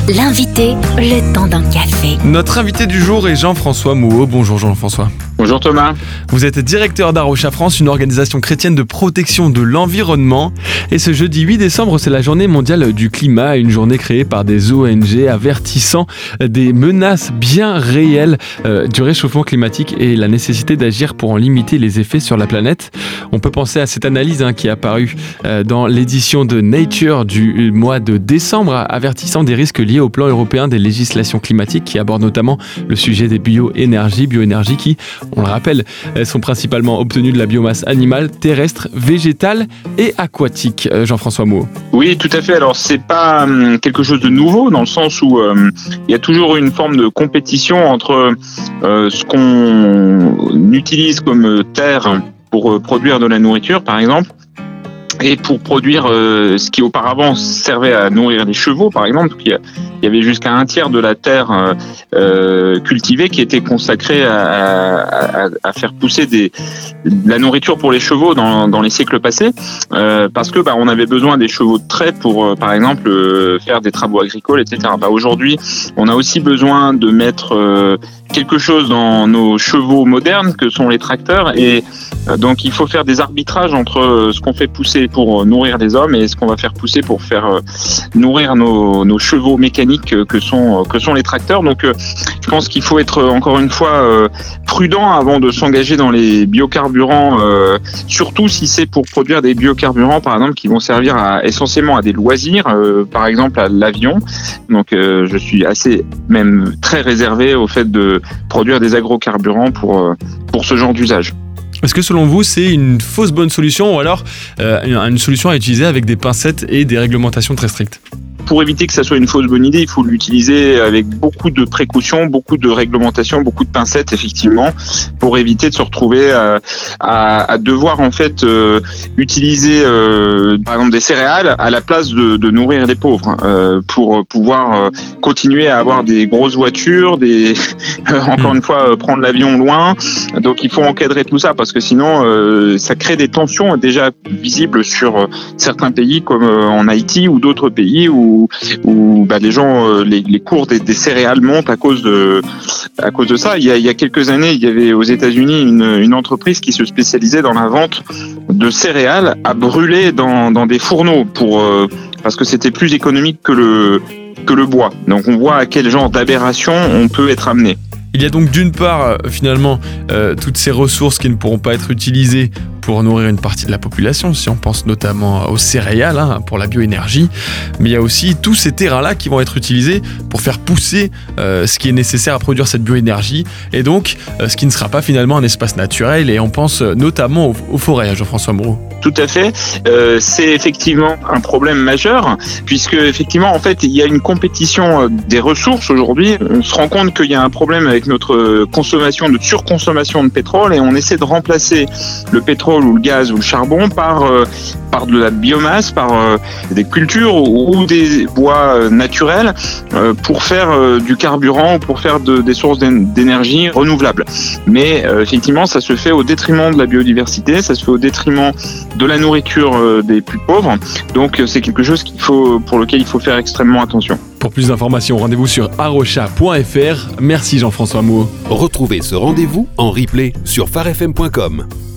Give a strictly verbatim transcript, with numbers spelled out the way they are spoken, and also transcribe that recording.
L'invité, le temps d'un café. Notre invité du jour est Jean-François Mouot. Bonjour Jean-François. Bonjour Thomas. Vous êtes directeur d'Arocha France, une organisation chrétienne de protection de l'environnement. Et ce jeudi huit décembre, c'est la journée mondiale du climat, une journée créée par des O N G avertissant des menaces bien réelles euh, du réchauffement climatique et la nécessité d'agir pour en limiter les effets sur la planète. On peut penser à cette analyse hein, qui est apparue euh, dans l'édition de Nature du mois de décembre, avertissant des risques liés au plan européen des législations climatiques qui abordent notamment le sujet des bioénergies, bioénergies qui, on le rappelle, sont principalement obtenues de la biomasse animale, terrestre, végétale et aquatique. Jean-François Mouot. Oui, tout à fait. Alors, c'est pas hum, quelque chose de nouveau dans le sens où hum, il y a toujours une forme de compétition entre euh, ce qu'on utilise comme terre pour euh, produire de la nourriture, par exemple, et pour produire euh, ce qui auparavant servait à nourrir les chevaux, par exemple. Il y avait jusqu'à un tiers de la terre euh, euh, cultivée qui était consacrée à, à, à faire pousser des, de la nourriture pour les chevaux dans, dans les siècles passés, euh, parce que bah, on avait besoin des chevaux de trait pour, euh, par exemple, euh, faire des travaux agricoles, et cetera. Bah, aujourd'hui, on a aussi besoin de mettre euh, quelque chose dans nos chevaux modernes que sont les tracteurs, et euh, donc il faut faire des arbitrages entre euh, ce qu'on fait pousser pour nourrir les hommes et ce qu'on va faire pousser pour faire euh, nourrir nos, nos chevaux mécaniques euh, que sont que sont les tracteurs. Donc euh, je pense qu'il faut être encore une fois euh, prudent avant de s'engager dans les biocarburants, euh, surtout si c'est pour produire des biocarburants par exemple qui vont servir à, essentiellement à des loisirs, euh, par exemple à l'avion. Donc euh, je suis assez même très réservé au fait de produire des agrocarburants pour euh, pour ce genre d'usage. Est-ce que selon vous, c'est une fausse bonne solution ou alors euh, une solution à utiliser avec des pincettes et des réglementations très strictes ? Pour éviter que ça soit une fausse bonne idée, il faut l'utiliser avec beaucoup de précautions, beaucoup de réglementations, beaucoup de pincettes, effectivement, pour éviter de se retrouver à, à, à devoir en fait euh, utiliser euh, par exemple des céréales à la place de, de nourrir les pauvres, euh, pour pouvoir euh, continuer à avoir des grosses voitures, des euh, encore une fois euh, prendre l'avion loin. Donc il faut encadrer tout ça parce que sinon euh, ça crée des tensions déjà visibles sur euh, certains pays comme euh, en Haïti ou d'autres pays où où, où bah, les gens, euh, les, les cours des, des céréales montent à cause de, à cause de ça. Il y a, il y a quelques années, il y avait aux États-Unis une, une entreprise qui se spécialisait dans la vente de céréales à brûler dans, dans des fourneaux pour, euh, parce que c'était plus économique que le, que le bois. Donc on voit à quel genre d'aberration on peut être amené. Il y a donc d'une part, finalement, euh, toutes ces ressources qui ne pourront pas être utilisées pour nourrir une partie de la population, si on pense notamment aux céréales, hein, pour la bioénergie, mais il y a aussi tous ces terrains-là qui vont être utilisés pour faire pousser euh, ce qui est nécessaire à produire cette bioénergie, et donc euh, ce qui ne sera pas finalement un espace naturel, et on pense notamment aux, aux forêts, Jean-François Mouot. Tout à fait, euh, c'est effectivement un problème majeur, puisque effectivement, en fait, il y a une compétition des ressources aujourd'hui. On se rend compte qu'il y a un problème avec notre consommation, de surconsommation de pétrole, et on essaie de remplacer le pétrole ou le gaz ou le charbon par euh, par de la biomasse, par euh, des cultures ou, ou des bois euh, naturels euh, pour faire euh, du carburant ou pour faire de, des sources d'énergie renouvelables. Mais euh, effectivement, ça se fait au détriment de la biodiversité, ça se fait au détriment de la nourriture euh, des plus pauvres. Donc c'est quelque chose qu'il faut, pour lequel il faut faire extrêmement attention. Pour plus d'informations, rendez-vous sur arocha point f r. Merci Jean-François Mouot. Retrouvez ce rendez-vous en replay sur phare f m point com.